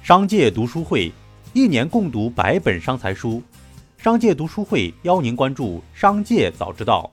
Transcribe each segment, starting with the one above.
商界读书会，一年共读100本商财书。商界读书会邀您关注商界早知道。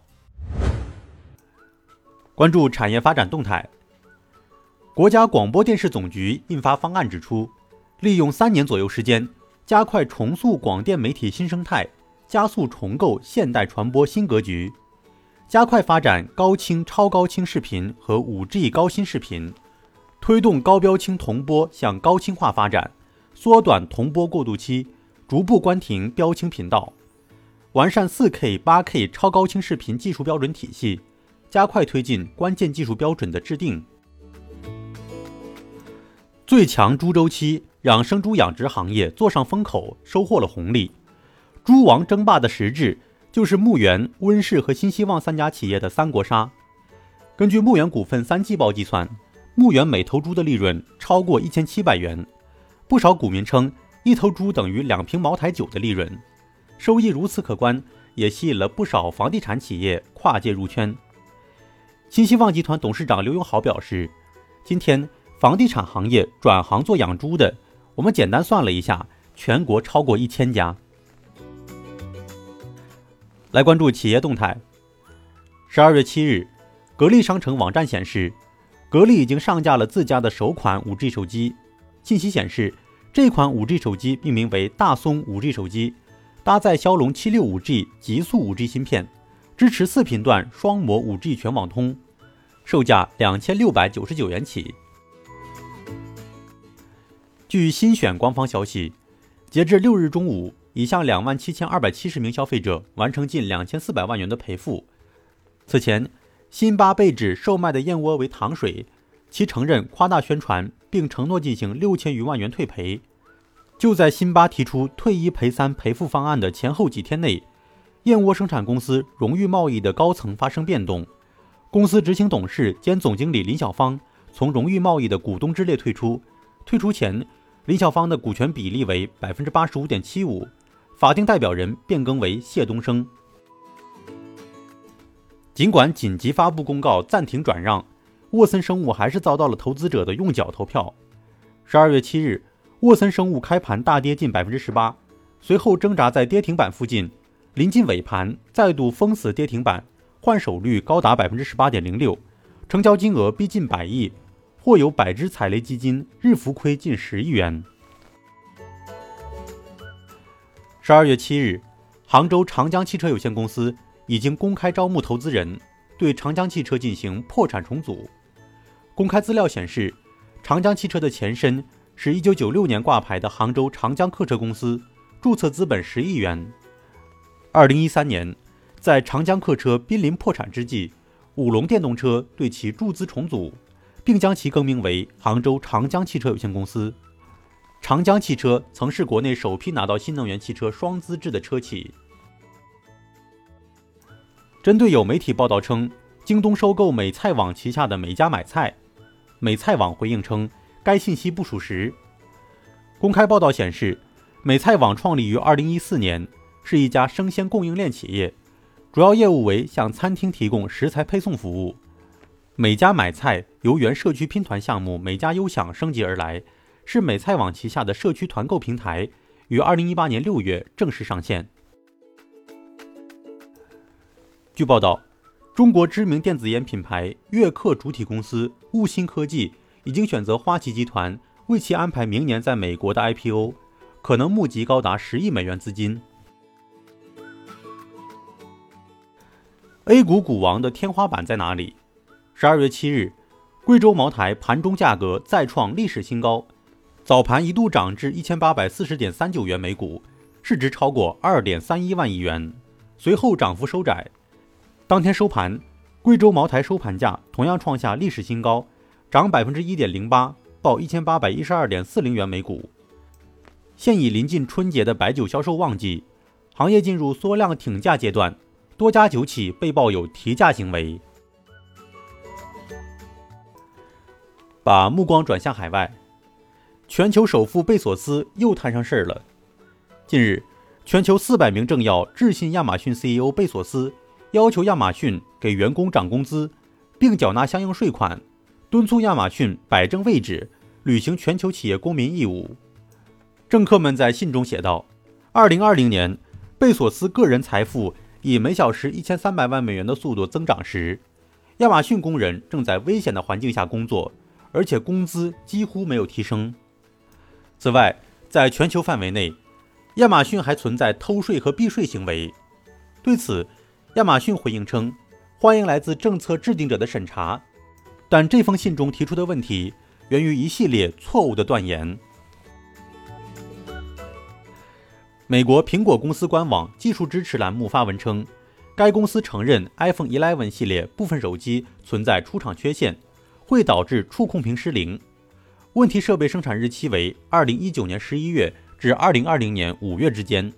关注产业发展动态。国家广播电视总局印发方案指出，利用3年左右时间，加快重塑广电媒体新生态，加速重构现代传播新格局，加快发展高清、超高清视频和5G 高新视频，推动高标清同播向高清化发展，缩短同播过渡期，逐步关停标清频道，完善 4K、8K 超高清视频技术标准体系，加快推进关键技术标准的制定。最强猪周期让生猪养殖行业坐上风口，收获了红利。猪王争霸的实质就是牧原、温氏和新希望3家企业的三国杀。根据牧原股份3季报计算，牧原每头猪的利润超过1700元，不少股民称一头猪等于2瓶茅台酒的利润。收益如此可观，也吸引了不少房地产企业跨界入圈。新希望集团董事长刘永好表示，今天房地产行业转行做养猪的，我们简单算了一下，全国超过1000家。来关注企业动态。12月7日，格力商城网站显示，格力已经上架了自家的首款 5G 手机。信息显示，这款 5G 手机命名为大松 5G 手机，搭载骁龙76 5G 极速 5G 芯片，支持4频段双模 5G 全网通，售价2699元起。据新选官方消息，截至6日中午，已向27270名消费者完成近2400万元的赔付。此前，辛巴被指售卖的燕窝为糖水，其承认夸大宣传，并承诺进行6000余万元退赔。就在辛巴提出退1赔3赔付方案的前后几天内，燕窝生产公司荣誉贸易的高层发生变动，公司执行董事兼总经理林小芳从荣誉贸易的股东之列退出。退出前，林小芳的股权比例为 85.75%， 法定代表人变更为谢东升。尽管紧急发布公告暂停转让，沃森生物还是遭到了投资者的用脚投票。12月7日，沃森生物开盘大跌近 18%， 随后挣扎在跌停板附近，临近尾盘再度封死跌停板，换手率高达 18.06%， 成交金额逼近100亿，或有100只踩雷基金日浮亏近10亿元。12月7日，杭州长江汽车有限公司已经公开招募投资人，对长江汽车进行破产重组。公开资料显示，长江汽车的前身是1996年挂牌的杭州长江客车公司，注册资本10亿元。2013年，在长江客车濒临破产之际，五龙电动车对其注资重组，并将其更名为杭州长江汽车有限公司。长江汽车曾是国内首批拿到新能源汽车双资质的车企。针对有媒体报道称京东收购美菜网旗下的美家买菜，美菜网回应称该信息不属实。公开报道显示，美菜网创立于2014年，是一家生鲜供应链企业，主要业务为向餐厅提供食材配送服务。美家买菜由原社区拼团项目美家优享升级而来，是美菜网旗下的社区团购平台，于2018年6月正式上线。据报道，中国知名电子烟品牌悦刻主体公司悟新科技已经选择花旗集团为其安排明年在美国的 IPO， 可能募集高达10亿美元资金。A 股股王的天花板在哪里？12月7日，贵州茅台盘中价格再创历史新高，早盘一度涨至 1840.39 元每股，市值超过 2.31 万亿元，随后涨幅收窄。当天收盘，贵州茅台收盘价同样创下历史新高，涨 1.08%， 报 1812.40 元每股。现已临近春节的白酒销售旺季，行业进入缩量挺价阶段，多家酒企被曝有提价行为。把目光转向海外，全球首富贝索斯又摊上事儿了。近日，全球400名政要致信亚马逊 CEO 贝索斯，要求亚马逊给员工涨工资，并缴纳相应税款，敦促亚马逊摆正位置，履行全球企业公民义务。 政客们在信中写道：2020年，贝索斯个人财富以每小时1300万美元的速度增长时，亚马逊工人正在危险的环境下工作，而且工资几乎没有提升。此外，在全球范围内，亚马逊还存在偷税和避税行为。对此，亚马逊回应称，欢迎来自政策制定者的审查，但这封信中提出的问题源于一系列错误的断言。美国苹果公司官网技术支持栏目发文称，该公司承认 iPhone 11系列部分手机存在出厂缺陷，会导致触控屏失灵。问题设备生产日期为2019年11月至2020年5月之间。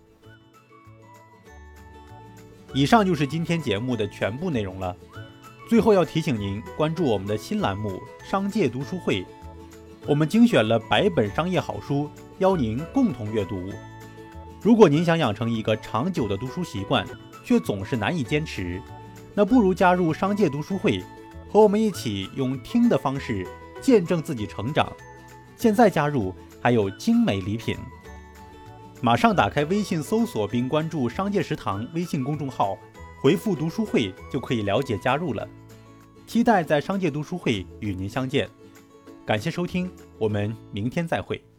以上就是今天节目的全部内容了。最后要提醒您关注我们的新栏目商界读书会，我们精选了100本商业好书，邀您共同阅读。如果您想养成一个长久的读书习惯，却总是难以坚持，那不如加入商界读书会，和我们一起用听的方式见证自己成长。现在加入还有精美礼品。马上打开微信搜索并关注商界食堂微信公众号，回复读书会就可以了解加入了。期待在商界读书会与您相见。感谢收听，我们明天再会。